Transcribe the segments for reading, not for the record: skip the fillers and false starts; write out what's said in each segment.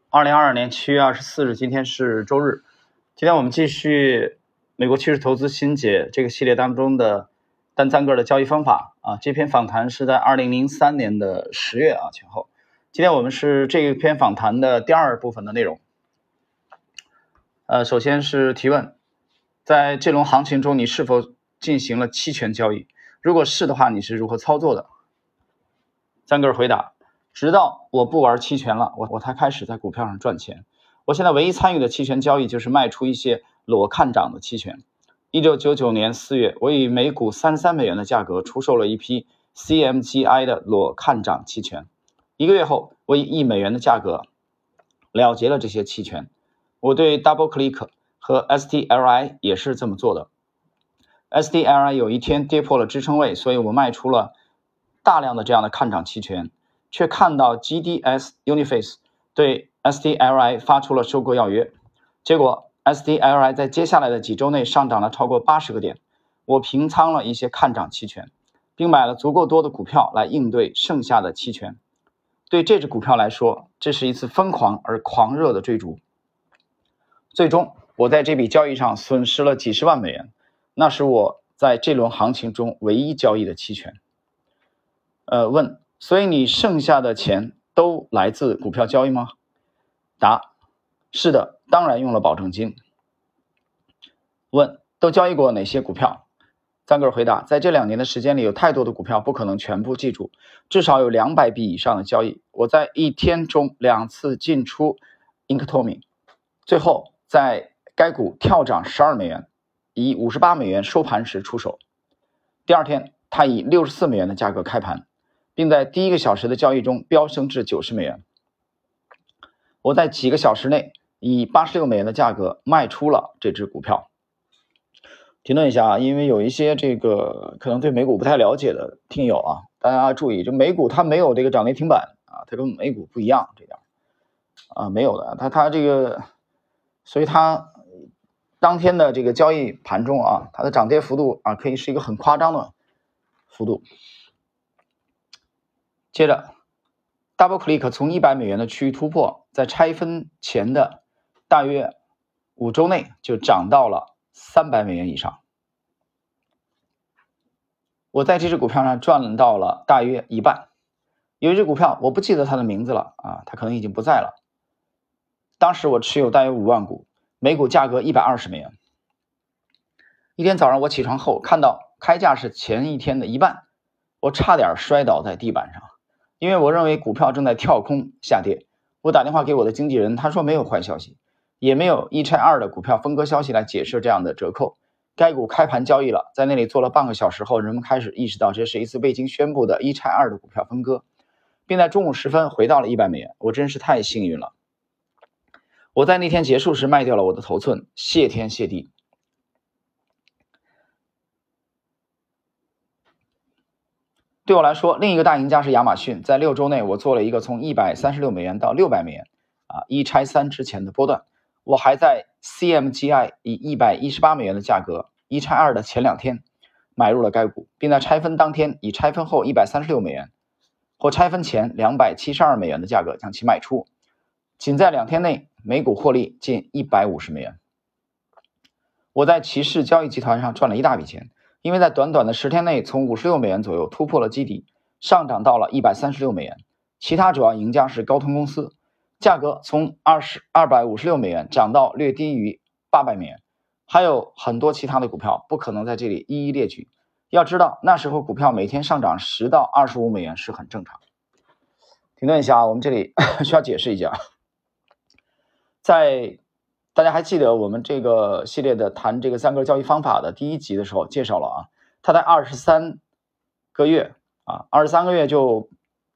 2022年7月24日，今天是周日。今天我们继续美国趋势投资新解这个系列当中的单三个的交易方法啊。这篇访谈是在2003年的10月前后。今天我们是这篇访谈的第二部分的内容。首先是提问，在这轮行情中你是否进行了期权交易？如果是的话，你是如何操作的？三个回答，直到我不玩期权了，我才开始在股票上赚钱。我现在唯一参与的期权交易就是卖出一些裸看涨的期权。1999年4月，我以每股33美元的价格出售了一批 CMGI 的裸看涨期权。1个月后，我以1美元的价格了结了这些期权。我对 DoubleClick 和 STLI 也是这么做的。STLI 有一天跌破了支撑位，所以我卖出了大量的这样的看涨期权，却看到 GDS Uniface 对 STLI 发出了收购要约，结果 STLI 在接下来的几周内上涨了超过80个点。我平仓了一些看涨期权，并买了足够多的股票来应对剩下的期权。对这只股票来说，这是一次疯狂而狂热的追逐。最终我在这笔交易上损失了几十万美元，那是我在这轮行情中唯一交易的期权。问，所以你剩下的钱都来自股票交易吗？答，是的，当然用了保证金。问，都交易过哪些股票？三个回答，在这2年的时间里，有太多的股票不可能全部记住，至少有200笔以上的交易。我在一天中2次进出 Inktomi， 最后在该股跳涨12美元，以58美元收盘时出手。第二天，它以64美元的价格开盘，并在第1个小时的交易中飙升至90美元。我在几个小时内以86美元的价格卖出了这只股票。停顿一下因为有一些这个可能对美股不太了解的听友大家注意，这美股它没有这个涨跌停板它跟美股不一样，这点没有的，它这个，所以它当天的这个交易盘中它的涨跌幅度可以是一个很夸张的幅度。接着 DoubleClick 从100美元的区域突破，在拆分前的大约5周内就涨到了300美元以上。我在这只股票上赚到了大约一半。有一只股票我不记得它的名字了它可能已经不在了。当时我持有大约5万股，每股价格120美元。一天早上我起床后看到开价是前一天的一半，我差点摔倒在地板上，因为我认为股票正在跳空下跌。我打电话给我的经纪人，他说没有坏消息，也没有一拆二的股票分割消息来解释这样的折扣。该股开盘交易了，在那里做了半个小时后，人们开始意识到这是一次未经宣布的一拆二的股票分割，并在中午时分回到了100美元。我真是太幸运了。我在那天结束时卖掉了我的头寸，谢天谢地。对我来说，另一个大赢家是亚马逊。在6周内，我做了一个从136美元到600美元一拆3之前的波段。我还在 CMGI 以118美元的价格一拆二的前2天买入了该股，并在拆分当天以拆分后136美元或拆分前272美元的价格将其卖出。仅在2天内，每股获利近150美元。我在骑士交易集团上赚了一大笔钱，因为在短短的10天内从56美元左右突破了基底，上涨到了136美元。其他主要赢家是高通公司，价格从256美元涨到略低于800美元。还有很多其他的股票不可能在这里一一列举。要知道那时候股票每天上涨10到25美元是很正常。停顿一下我们这里需要解释一下。在大家还记得我们这个系列的谈这个3个交易方法的第1集的时候介绍了它在23个月23个月就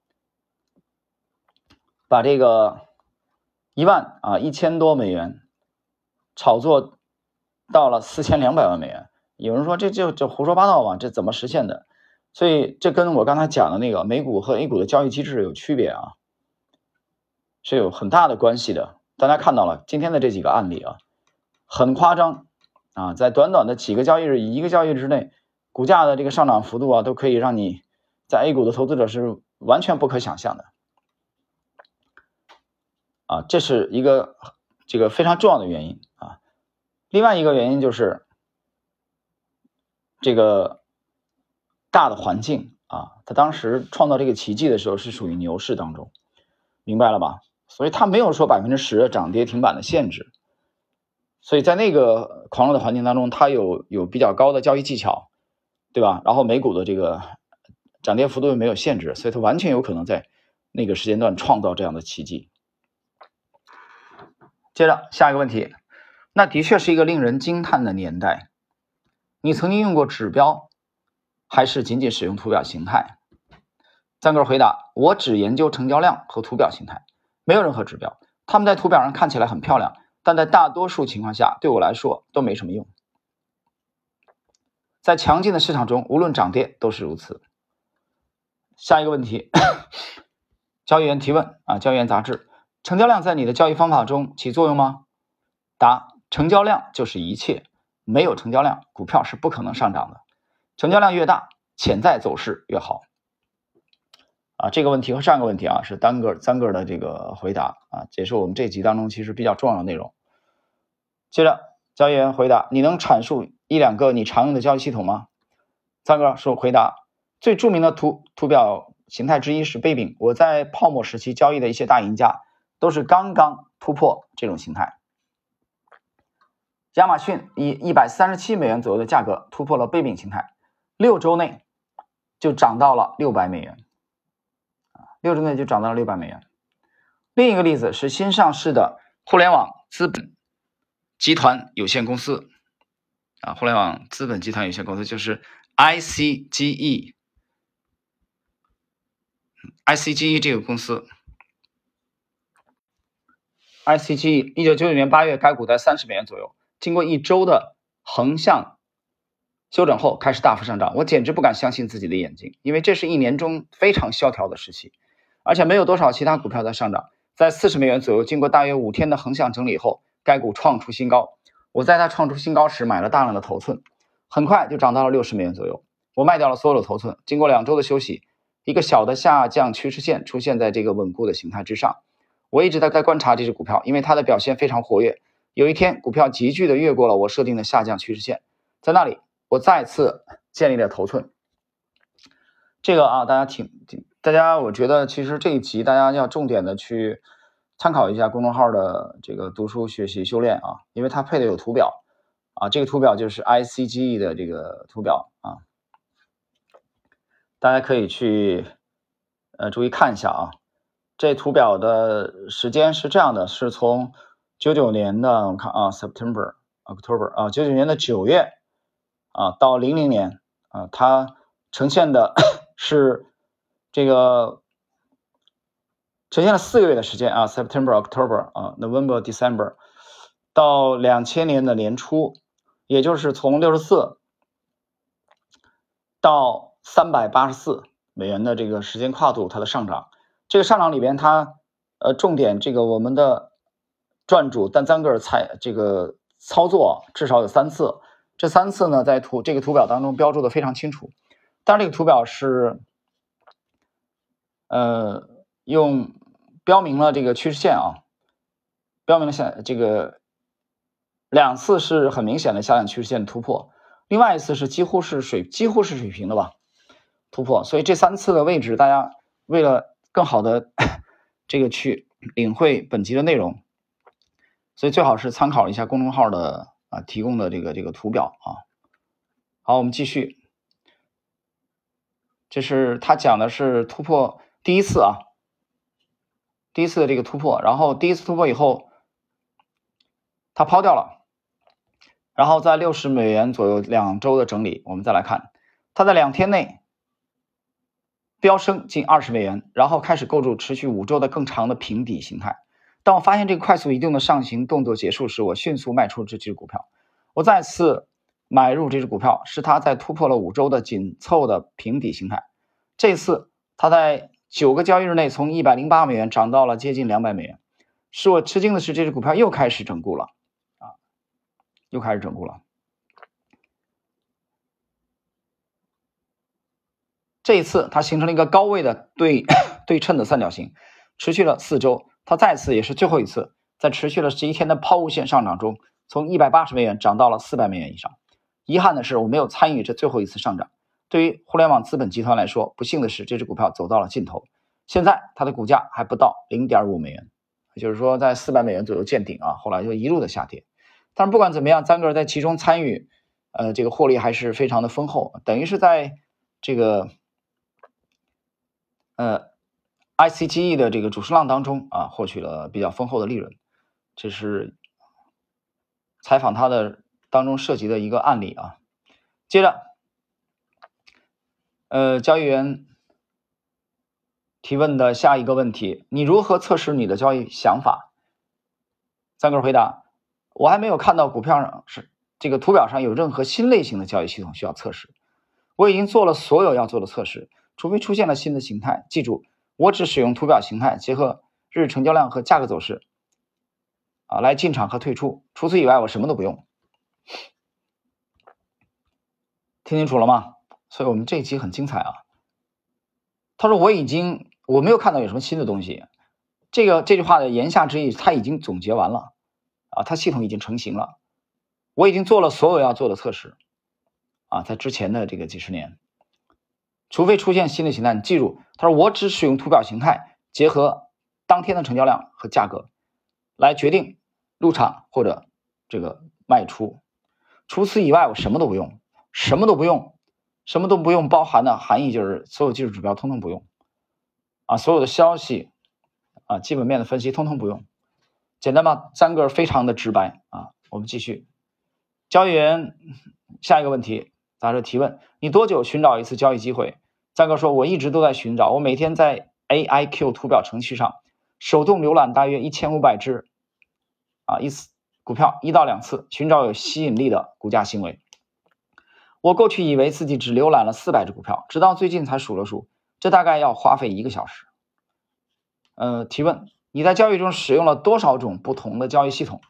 把这个11000多美元炒作到了4200万美元。有人说这就胡说八道嘛，这怎么实现的？所以这跟我刚才讲的那个美股和 A 股的交易机制有区别是有很大的关系的。大家看到了今天的这几个案例很夸张在短短的几个交易日1个交易日之内，股价的这个上涨幅度都可以让你在 A 股的投资者是完全不可想象的啊，这是一个这个非常重要的原因啊。另外一个原因就是这个大的环境啊，他当时创造这个奇迹的时候是属于牛市当中，明白了吧？所以他没有说10%涨跌停板的限制，所以在那个狂热的环境当中，他有比较高的交易技巧，对吧？然后美股的这个涨跌幅度又没有限制，所以他完全有可能在那个时间段创造这样的奇迹。接着下一个问题，那的确是一个令人惊叹的年代。你曾经用过指标，还是仅仅使用图表形态？赞格尔回答：我只研究成交量和图表形态，没有任何指标。他们在图表上看起来很漂亮，但在大多数情况下对我来说都没什么用。在强劲的市场中，无论涨跌都是如此。下一个问题，交易员提问啊，交易员杂志，成交量在你的交易方法中起作用吗？答：成交量就是一切，没有成交量，股票是不可能上涨的。成交量越大，潜在走势越好。啊，这个问题和上一个问题啊是单个的这个回答啊，也是我们这集当中其实比较重要的内容。接着交易员回答：你能阐述一两个你常用的交易系统吗？赞格尔说回答：最著名的图表形态之一是贝饼，我在泡沫时期交易的一些大赢家都是刚刚突破这种形态。亚马逊以$137左右的价格突破了贝饼形态，6周内就涨到了$600。6周内就涨到了$600。另一个例子是新上市的互联网资本集团有限公司啊，互联网资本集团有限公司就是 ICGE 这个公司。ICGE 1999年8月该股在$30左右，经过1周的横向修整后开始大幅上涨，我简直不敢相信自己的眼睛，因为这是1年中非常萧条的时期，而且没有多少其他股票在上涨。在$40左右，经过大约5天的横向整理后，该股创出新高。我在它创出新高时买了大量的头寸，很快就涨到了$60左右。我卖掉了所有的头寸，经过2周的休息，一个小的下降趋势线出现在这个稳固的形态之上。我一直在观察这只股票，因为它的表现非常活跃。有一天，股票急剧的越过了我设定的下降趋势线，在那里我再次建立了头寸。这个啊，大家我觉得其实这一集大家要重点的去参考一下公众号的这个读书学习修炼啊，因为它配的有图表啊，这个图表就是 ICGE 的这个图表啊，大家可以去注意看一下啊。这图表的时间是这样的，是从99年的我看啊 October 啊，99年的9月啊到00年啊，它呈现的是这个呈现了4个月的时间啊 September October 啊 November December 到2000年的年初，也就是从64到$384的这个时间跨度它的上涨。这个上涨里边它重点这个我们的撰主但赞格尔这个操作至少有3次，这3次呢在这个图表当中标注的非常清楚。当然这个图表是用标明了这个趋势线啊，标明了这个2次是很明显的下降趋势线突破，另外1次是几乎是水平的吧突破，所以这3次的位置大家为了更好的这个去领会本集的内容，所以最好是参考一下公众号的提供的这个图表啊。好，我们继续，这是他讲的是突破第一次的这个突破，然后第一次突破以后他抛掉了，然后在$60左右2周的整理，我们再来看他在2天内飙升近$20，然后开始构筑持续5周的更长的平底形态。当我发现这个快速移动的上行动作结束时，我迅速卖出这只股票。我再次买入这只股票，是它在突破了5周的紧凑的平底形态。这次它在9个交易日内从$108涨到了接近$200。使我吃惊的是，这只股票又开始整固了啊，又开始整固了。这一次它形成了一个高位的对称的三角形，持续了4周， 它再次也是最后一次，在持续了11天的抛物线上涨中，从180美元涨到了400美元以上。遗憾的是，我没有参与这最后一次上涨。对于互联网资本集团来说，不幸的是，这只股票走到了尽头。现在它的股价还不到 0.5 美元，也就是说在400美元左右见顶啊，后来就一路的下跌。但是不管怎么样，张哥在其中参与，这个获利还是非常的丰厚，等于是在这个ICGE 的这个主升浪当中啊，获取了比较丰厚的利润。这是采访他的当中涉及的一个案例啊。接着，交易员提问的下一个问题：你如何测试你的交易想法？三哥回答：我还没有看到股票上这个图表上有任何新类型的交易系统需要测试。我已经做了所有要做的测试，除非出现了新的形态。记住，我只使用图表形态，结合日成交量和价格走势来进场和退出。除此以外，我什么都不用。听清楚了吗？所以我们这一期很精彩啊。他说我没有看到有什么新的东西。这句话的言下之意，他已经总结完了啊，他系统已经成型了。我已经做了所有要做的测试啊，在之前的这个几十年，除非出现新的形态，你记住，他说我只使用图表形态，结合当天的成交量和价格来决定入场或者这个卖出。除此以外，我什么都不用，什么都不用，什么都不用，包含的含义就是所有技术指标通通不用啊，所有的消息啊，基本面的分析通通不用。简单吗？三个非常的直白啊。我们继续。交易员下一个问题，他说提问：你多久寻找一次交易机会？三哥说：我一直都在寻找，我每天在 AIQ 图表程序上手动浏览大约1500只一次股票1到2次，寻找有吸引力的股价行为。我过去以为自己只浏览了400只股票，直到最近才数了数，这大概要花费1个小时。提问：你在交易中使用了多少种不同的交易系统？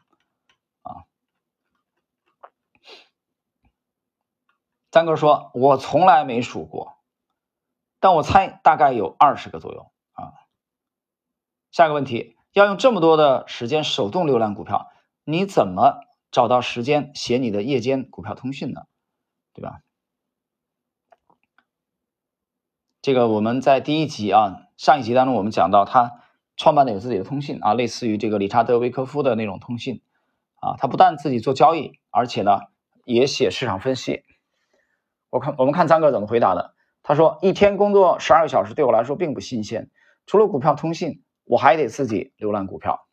三哥说：我从来没数过，但我猜大概有20个左右啊。下个问题：要用这么多的时间手动浏览股票，你怎么找到时间写你的夜间股票通讯呢？对吧？这个我们在第一集上一集当中我们讲到，他创办的有自己的通信类似于这个理查德·维科夫的那种通信他不但自己做交易，而且呢也写市场分析。我们看张哥怎么回答的。他说：一天工作12个小时对我来说并不新鲜，除了股票通信，我还得自己浏览股票。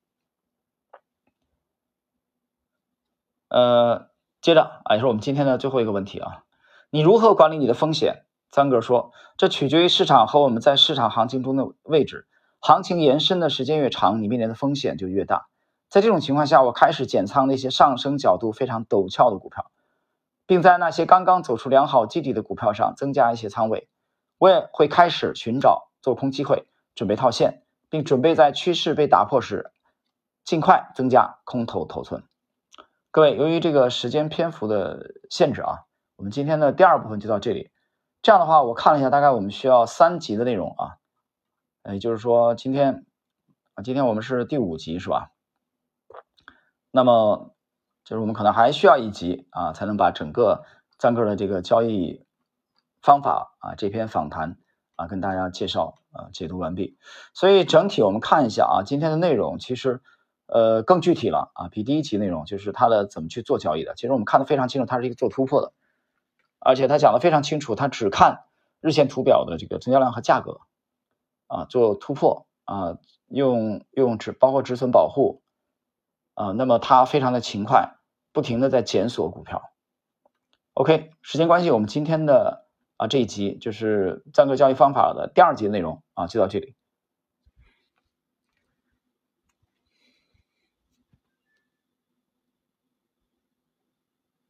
接着也是我们今天的最后一个问题你如何管理你的风险？张哥说：这取决于市场和我们在市场行情中的位置，行情延伸的时间越长，你面临的风险就越大。在这种情况下，我开始减仓那些上升角度非常陡峭的股票，并在那些刚刚走出良好基底的股票上增加一些仓位。我也会开始寻找做空机会，准备套现，并准备在趋势被打破时尽快增加空头头寸。各位，由于这个时间篇幅的限制我们今天的第2部分就到这里。这样的话，我看了一下，大概我们需要3集的内容也就是说今天我们是第5集是吧？那么就是我们可能还需要1集才能把整个张哥的这个交易方法这篇访谈跟大家介绍解读完毕。所以整体我们看一下今天的内容其实更具体了比第1集内容就是他的怎么去做交易的。其实我们看得非常清楚，他是一个做突破的，而且他讲得非常清楚，他只看日线图表的这个成交量和价格做突破用包括止损保护那么他非常的勤快，不停的在检索股票。OK， 时间关系，我们今天的这一集就是张哥交易方法的第2集的内容就到这里。